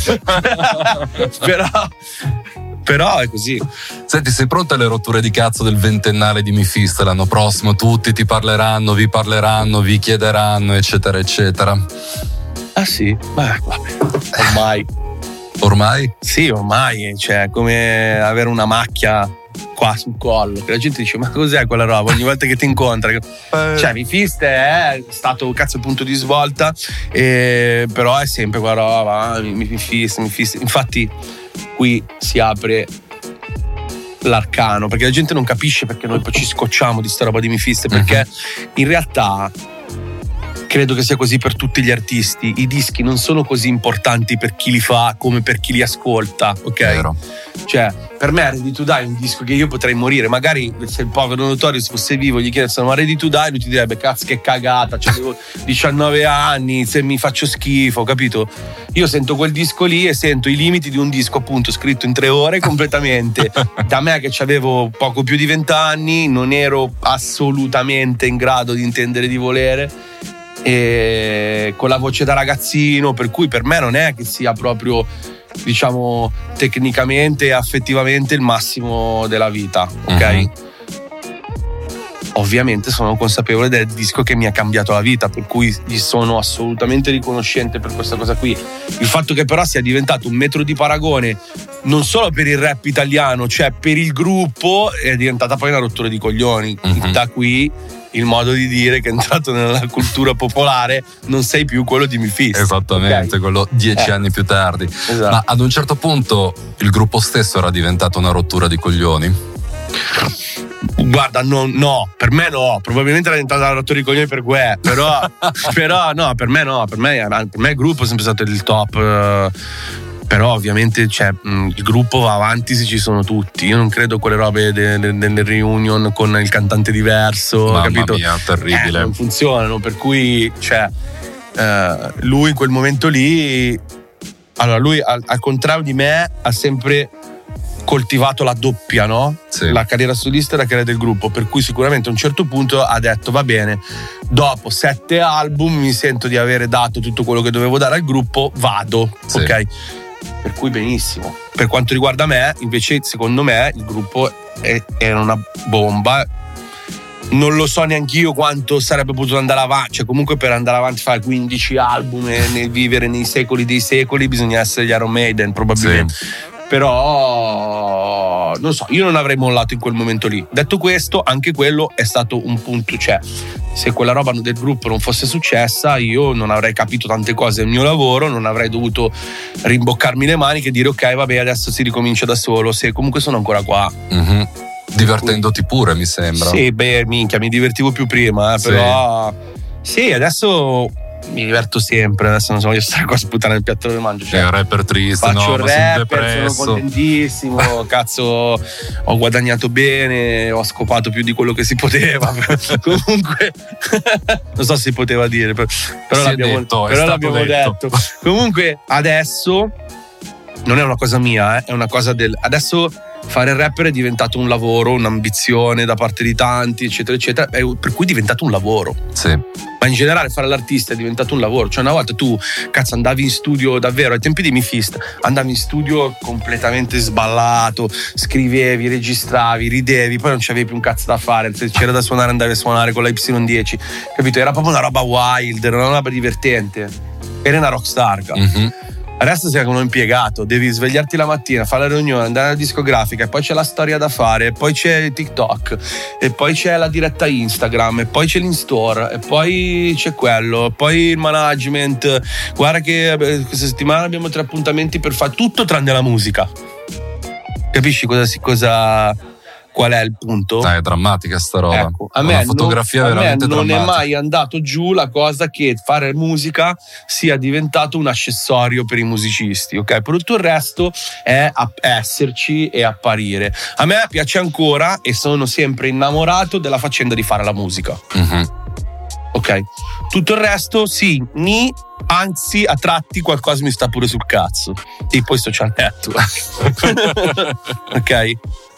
però, però è così. Senti, sei pronta alle rotture di cazzo del ventennale di Mifist l'anno prossimo? Tutti ti parleranno, vi parleranno, vi chiederanno, eccetera, eccetera. Ah sì? Beh, vabbè, ormai. Ormai? Sì, ormai, cioè, come avere una macchia qua sul collo, che la gente dice, ma cos'è quella roba? Ogni volta che ti incontra, cioè Mifist è stato cazzo il punto di svolta, e, però è sempre quella roba, Mifist, Mifist. Infatti qui si apre l'arcano, perché la gente non capisce perché noi poi ci scocciamo di sta roba di Mifist, perché uh-huh. in realtà credo che sia così per tutti gli artisti. I dischi non sono così importanti per chi li fa come per chi li ascolta, ok? Vero. Cioè, per me Ready to Die è un disco che io potrei morire. Magari se il povero Notorious fosse vivo gli chiedessero ma Ready to Die, lui ti direbbe cazzo che cagata, cioè, avevo diciannove anni, se mi faccio schifo, capito? Io sento quel disco lì e sento i limiti di un disco appunto scritto in tre ore completamente. Da me che avevo poco più di vent'anni, non ero assolutamente in grado di intendere di volere, e con la voce da ragazzino, per cui per me non è che sia proprio, diciamo, tecnicamente e affettivamente il massimo della vita, ok? Uh-huh. Ovviamente sono consapevole del disco che mi ha cambiato la vita, per cui gli sono assolutamente riconoscente per questa cosa qui. Il fatto che però sia diventato un metro di paragone non solo per il rap italiano, cioè per il gruppo, è diventata poi una rottura di coglioni. Uh-huh. Da qui il modo di dire che è entrato nella cultura popolare, non sei più quello di Mifist. Esattamente, okay. Quello dieci eh. anni più tardi. Esatto. Ma ad un certo punto il gruppo stesso era diventato una rottura di coglioni? Guarda, no, no, per me no, probabilmente era diventata una rottura di coglioni per Gue, però, però no, per me no, per me, per me il gruppo è sempre stato il top. Uh, Però ovviamente cioè, il gruppo va avanti se ci sono tutti. Io non credo a quelle robe delle de, de reunion con il cantante diverso. Mamma capito? mia, terribile. Eh, non funzionano, per cui cioè, eh, lui in quel momento lì, allora lui al, al contrario di me ha sempre coltivato la doppia, no? Sì. La carriera solista e la carriera del gruppo, per cui sicuramente a un certo punto ha detto va bene, dopo sette album mi sento di avere dato tutto quello che dovevo dare al gruppo, vado, sì. Ok? Per cui benissimo. Per quanto riguarda me, invece, secondo me il gruppo è, era una bomba. Non lo so neanche io quanto sarebbe potuto andare avanti. Cioè, comunque, per andare avanti, fare quindici album e nel vivere nei secoli dei secoli, bisogna essere gli Iron Maiden, probabilmente. Sì. Però non so, io non avrei mollato in quel momento lì. Detto questo, anche quello è stato un punto, cioè se quella roba del gruppo non fosse successa, io non avrei capito tante cose del mio lavoro, non avrei dovuto rimboccarmi le maniche e dire ok, vabbè, adesso si ricomincia da solo, se comunque sono ancora qua. Mm-hmm. Divertendoti pure, mi sembra. Sì, beh, minchia, mi divertivo più prima, eh, sì. Però sì, adesso mi diverto sempre. Adesso non so, io stare qua a sputare nel piatto dove mangio, cioè, è un rapper triste, faccio no, il rapper, sono contentissimo. Cazzo, ho guadagnato bene, ho scopato più di quello che si poteva. Comunque non so se si poteva dire, però, però l'abbiamo, detto, però l'abbiamo detto. detto Comunque adesso non è una cosa mia, eh, è una cosa del adesso fare il rapper è diventato un lavoro, un'ambizione da parte di tanti, eccetera eccetera, per cui è diventato un lavoro. Sì. Ma in generale fare l'artista è diventato un lavoro. Cioè una volta tu, cazzo, andavi in studio davvero, ai tempi di Mifist, andavi in studio completamente sballato, scrivevi, registravi, ridevi, poi non c'avevi più un cazzo da fare, se c'era da suonare andavi a suonare con la Y dieci, capito? Era proprio una roba wild, era una roba divertente, era una rockstar. Mm-hmm. Adesso sei come un impiegato, devi svegliarti la mattina, fare la riunione, andare alla discografica, e poi c'è la storia da fare, e poi c'è TikTok, e poi c'è la diretta Instagram, e poi c'è l'in-store, e poi c'è quello, e poi il management. Guarda che questa settimana abbiamo tre appuntamenti per fare tutto tranne la musica. Capisci cosa si cosa qual è il punto? Ah, è drammatica sta roba. Ecco, a me, una fotografia non, veramente a me non drammatica. è mai andato giù la cosa che fare musica sia diventato un accessorio per i musicisti, ok? Per tutto il resto è esserci e apparire. A me piace ancora e sono sempre innamorato della faccenda di fare la musica. Mm-hmm. Ok? Tutto il resto sì, ni, anzi a tratti qualcosa mi sta pure sul cazzo, tipo i social network. Ok?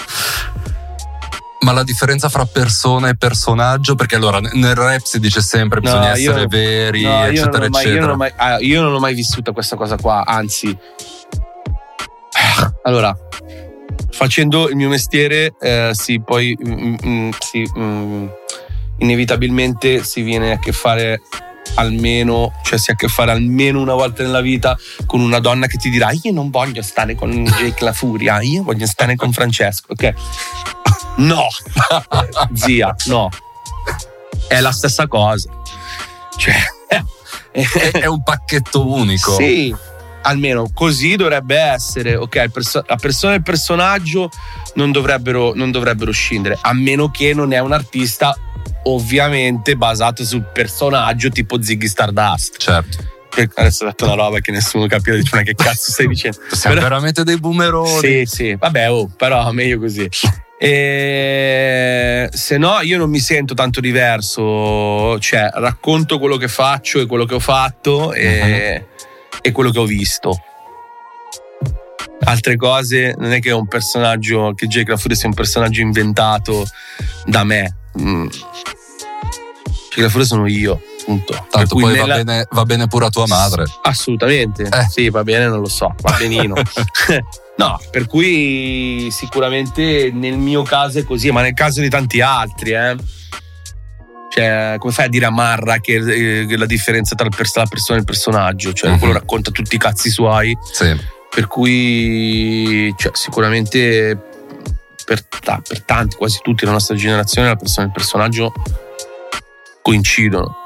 Ma la differenza fra persona e personaggio, perché allora nel rap si dice sempre bisogna no, essere io, veri, no, eccetera, io mai, eccetera. Io non, ho mai, ah, io non ho mai vissuta questa cosa qua, anzi. Allora, facendo il mio mestiere, eh, sì, poi mm, mm, sì, mm, inevitabilmente si viene a che fare almeno, cioè si ha a che fare almeno una volta nella vita con una donna che ti dirà: io non voglio stare con Jake La Furia, io voglio stare con Francesco, ok? No, zia, no, è la stessa cosa, cioè è, è un pacchetto unico. Sì, almeno così dovrebbe essere, ok? Perso- la persona e il personaggio non dovrebbero, non dovrebbero scindere, a meno che non è un artista ovviamente basato sul personaggio tipo Ziggy Stardust. Certo. Adesso ho detto una roba che nessuno capiva, dice: ma che cazzo stai dicendo? Siamo Però, veramente dei boomeroni. sì, sì, vabbè, oh, però meglio così. E se no io non mi sento tanto diverso, cioè racconto quello che faccio e quello che ho fatto e, uh-huh. e quello che ho visto. Altre cose non è che è un personaggio, che Jake La Furia sia un personaggio inventato da me. mm. Jake La Furia sono io, punto. Tanto poi nella... va, bene, va bene pure a tua madre. Assolutamente, eh. sì, va bene, non lo so, va benino. No, per cui sicuramente nel mio caso è così, ma nel caso di tanti altri, eh. Cioè, come fai a dire a Marra che, eh, che la differenza tra il pers- la persona e il personaggio? Cioè, mm-hmm. quello racconta tutti i cazzi suoi. Sì. Per cui, cioè, sicuramente per, ta- per tanti, quasi tutti della nostra generazione, la persona e il personaggio coincidono.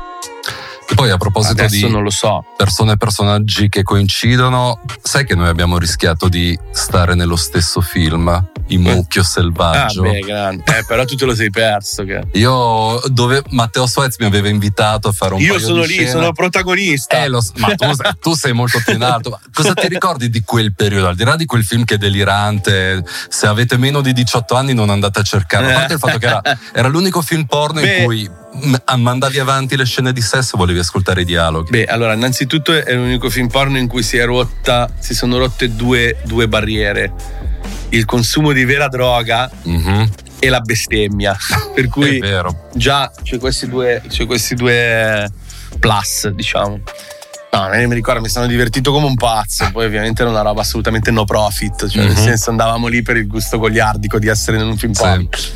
E poi a proposito adesso di non lo so. persone e personaggi che coincidono, sai che noi abbiamo rischiato di stare nello stesso film, I Mucchio Selvaggio. Ah, beh, grande. Eh, però tu te lo sei perso. Che... Io, dove Matteo Suez mi aveva invitato a fare un Io paio sono di lì, scene. sono protagonista. Eh, lo, ma tu, tu sei molto più in alto. Ma cosa ti ricordi di quel periodo? Al di là di quel film che è delirante, se avete meno di diciotto anni non andate a cercarlo. A parte il fatto che era, era l'unico film porno Beh, in cui mandavi avanti le scene di sesso, volevi ascoltare i dialoghi. Beh, allora, innanzitutto è l'unico film porno in cui si è rotta, si sono rotte due, due barriere: il consumo di vera droga mm-hmm. e la bestemmia. Per cui è vero. Già c'è questi due, c'è questi due plus, diciamo. No, mi ricordo, mi sono divertito come un pazzo. Poi ovviamente era una roba assolutamente no profit, cioè mm-hmm. nel senso andavamo lì per il gusto goliardico di essere in un film porno. Sì.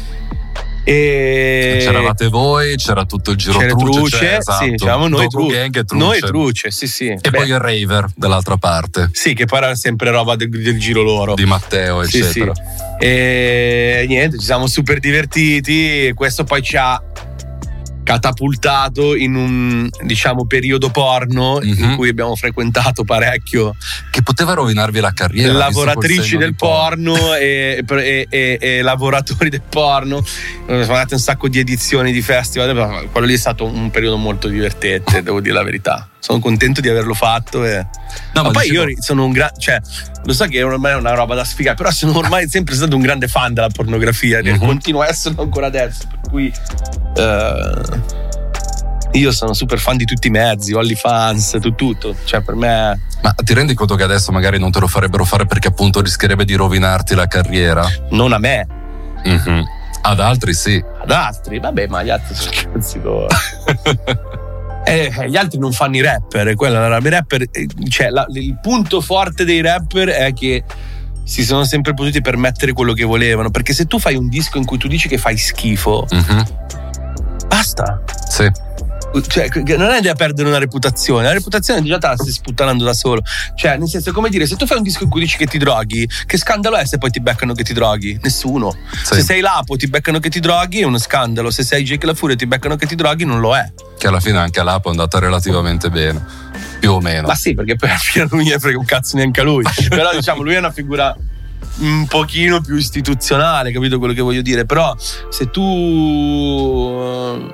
E c'eravate voi, c'era tutto il giro c'era truce, truce, cioè, esatto. sì, diciamo noi, Dopo tru- gang e truce. noi truce, sì sì. E Beh, poi il raver dall'altra parte. sì, che poi era sempre roba del, del giro loro. Di Matteo, sì, eccetera. Sì. E niente, ci siamo super divertiti e questo poi ci ha catapultato in un, diciamo, periodo porno mm-hmm. in cui abbiamo frequentato parecchio, che poteva rovinarvi la carriera, lavoratrici del porno e, e, e, e lavoratori del porno. Sono andate un sacco di edizioni di festival, quello lì è stato un periodo molto divertente, devo dire la verità. Sono contento di averlo fatto e... no, ma, ma poi dicevo... io sono un grande, cioè lo so che ormai è una roba da sfigare, però sono ormai sempre stato un grande fan della pornografia, mm-hmm. continuo a esserlo ancora adesso, per cui uh... io sono super fan di tutti i mezzi, OnlyFans, tutto, tutto. Cioè per me. Ma ti rendi conto che adesso magari non te lo farebbero fare perché appunto rischierebbe di rovinarti la carriera? Non a me. Mm-hmm. Ad altri sì. Ad altri? Vabbè, ma gli altri sono cazzi loro. Eh, gli altri non fanno i rapper, quella la, i rapper, cioè la, il punto forte dei rapper è che si sono sempre potuti permettere quello che volevano, perché se tu fai un disco in cui tu dici che fai schifo, mm-hmm. basta. Sì. Cioè, non è da perdere una reputazione, la reputazione già te la stai sputtanando da solo. Cioè, nel senso, come dire, se tu fai un disco in cui dici che ti droghi, che scandalo è se poi ti beccano che ti droghi? Nessuno. Sì. Se sei Lapo ti beccano che ti droghi è uno scandalo, se sei Jake La Furia e ti beccano che ti droghi non lo è. Che alla fine anche a Lapo è andata relativamente bene, più o meno. Ma sì, perché poi alla fine non gli frega un cazzo neanche a lui. Però diciamo, lui è una figura un pochino più istituzionale, capito quello che voglio dire? Però se tu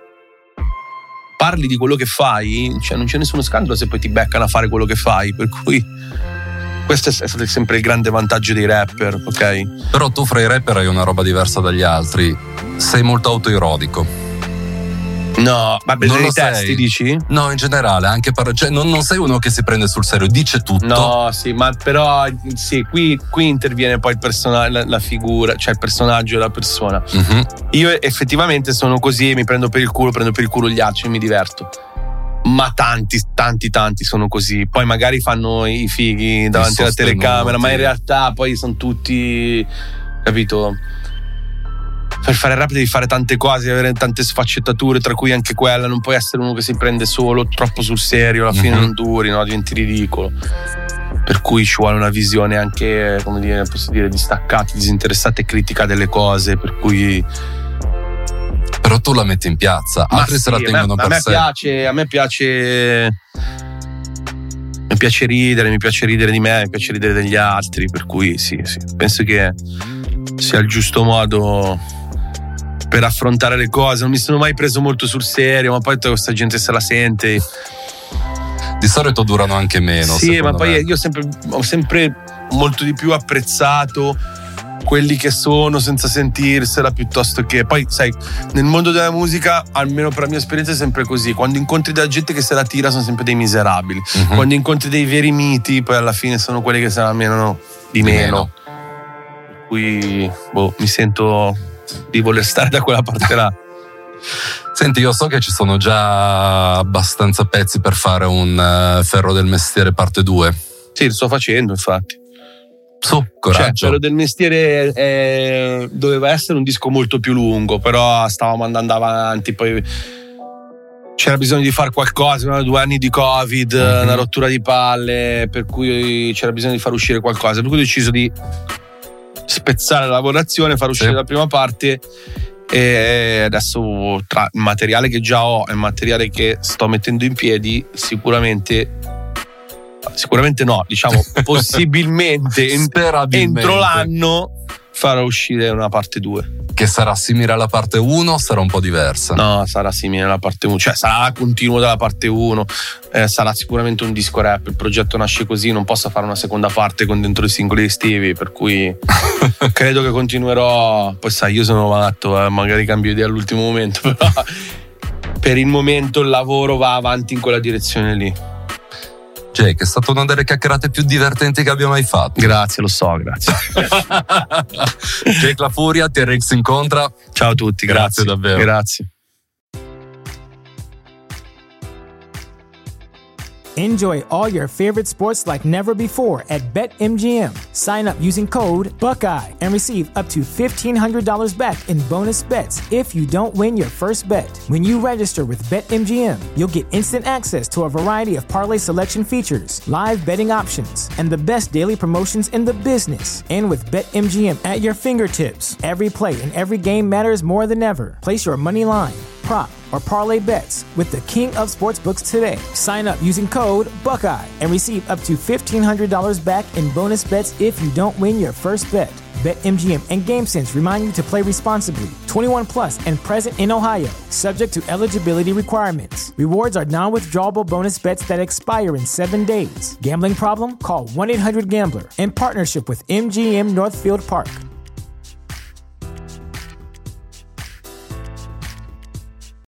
parli di quello che fai, cioè non c'è nessuno scandalo se poi ti beccano a fare quello che fai, per cui questo è stato sempre il grande vantaggio dei rapper, ok? Però tu fra i rapper hai una roba diversa dagli altri, sei molto autoironico. No, ma per non i testi sei. Dici? No, in generale, anche per, cioè, non, non sei uno che si prende sul serio, dice tutto. No, sì, ma però sì, qui, qui interviene poi il personaggio, la, la figura, cioè il personaggio e la persona. Mm-hmm. Io effettivamente sono così, mi prendo per il culo, prendo per il culo gli altri e mi diverto. Ma tanti, tanti, tanti sono così. Poi magari fanno i fighi davanti alla telecamera, ma in realtà poi sono tutti, capito? Per fare rap devi fare tante cose, avere tante sfaccettature, tra cui anche quella. Non puoi essere uno che si prende solo troppo sul serio, alla fine mm-hmm. non duri, no? Diventi ridicolo. Per cui ci vuole una visione anche, come dire, posso dire, distaccata, disinteressata e critica delle cose. Per cui. Però tu la metti in piazza, Ma altri sì, se la tengono a me, per a me sé. Piace, a me piace. Mi piace ridere, mi piace ridere di me, mi piace ridere degli altri. Per cui sì, sì. Penso che sia il giusto modo per affrontare le cose. Non mi sono mai preso molto sul serio, ma poi tutta questa gente se la sente. Di solito durano anche meno. Sì, ma poi me. io sempre, ho sempre molto di più apprezzato quelli che sono senza sentirsela, piuttosto che poi sai, nel mondo della musica, almeno per la mia esperienza è sempre così: quando incontri della gente che se la tira sono sempre dei miserabili, mm-hmm. quando incontri dei veri miti poi alla fine sono quelli che se la menano di meno, meno. Per cui boh, mi sento di voler stare da quella parte là. Senti, io so che ci sono già abbastanza pezzi per fare un uh, Ferro del Mestiere parte due. Sì, lo sto facendo infatti. Su, coraggio. Cioè, Ferro del Mestiere è, doveva essere un disco molto più lungo, però stavamo andando avanti, poi c'era bisogno di fare qualcosa, no? Due anni di Covid, mm-hmm. una rottura di palle, per cui c'era bisogno di far uscire qualcosa, per cui ho deciso di spezzare la lavorazione, far uscire sì. la prima parte, e adesso tra il materiale che già ho e il materiale che sto mettendo in piedi sicuramente sicuramente no, diciamo possibilmente entro l'anno farò uscire una parte due. Che sarà simile alla parte uno o sarà un po' diversa? No, sarà simile alla parte uno, cioè sarà continuo dalla parte uno, eh, sarà sicuramente un disco rap. Il progetto nasce così, non posso fare una seconda parte con dentro i singoli estivi, per cui credo che continuerò. Poi sai, io sono matto, eh, magari cambio idea all'ultimo momento, però per il momento il lavoro va avanti in quella direzione lì. Jake, è stata una delle chiacchierate più divertenti che abbia mai fatto. Grazie, lo so, grazie. Jake La Furia, T R X Incontra. Ciao a tutti, grazie, grazie davvero. Grazie. Enjoy all your favorite sports like never before at BetMGM. Sign up using code Buckeye and receive up to fifteen hundred dollars back in bonus bets if you don't win your first bet. When you register with BetMGM, you'll get instant access to a variety of parlay selection features, live betting options, and the best daily promotions in the business. And with BetMGM at your fingertips, every play and every game matters more than ever. Place your money line, prop, or parlay bets with the king of sportsbooks today. Sign up using code Buckeye and receive up to fifteen hundred dollars back in bonus bets if you don't win your first bet. BetMGM and GameSense remind you to play responsibly. twenty-one plus and present in Ohio, subject to eligibility requirements. Rewards are non-withdrawable bonus bets that expire in seven days. Gambling problem? Call one eight hundred gambler in partnership with M G M Northfield Park.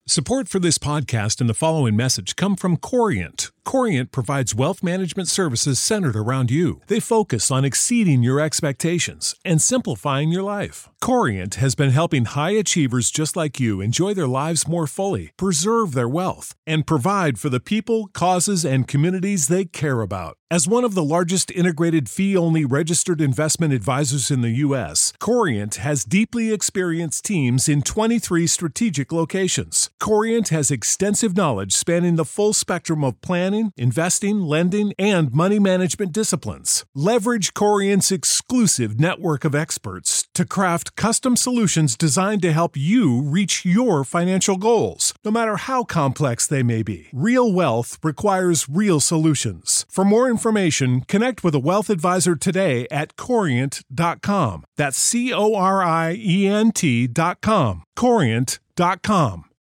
Support for this podcast and the following message come from Corient. Corient provides wealth management services centered around you. They focus on exceeding your expectations and simplifying your life. Corient has been helping high achievers just like you enjoy their lives more fully, preserve their wealth, and provide for the people, causes, and communities they care about. As one of the largest integrated fee-only registered investment advisors in the U S, Corient has deeply experienced teams in twenty-three strategic locations. Corient has extensive knowledge spanning the full spectrum of planning, investing, lending, and money management disciplines. Leverage Corient's exclusive network of experts to craft custom solutions designed to help you reach your financial goals, no matter how complex they may be. Real wealth requires real solutions. For more information, connect with a wealth advisor today at corient dot com. That's C O R I E N T dot com. corient dot com.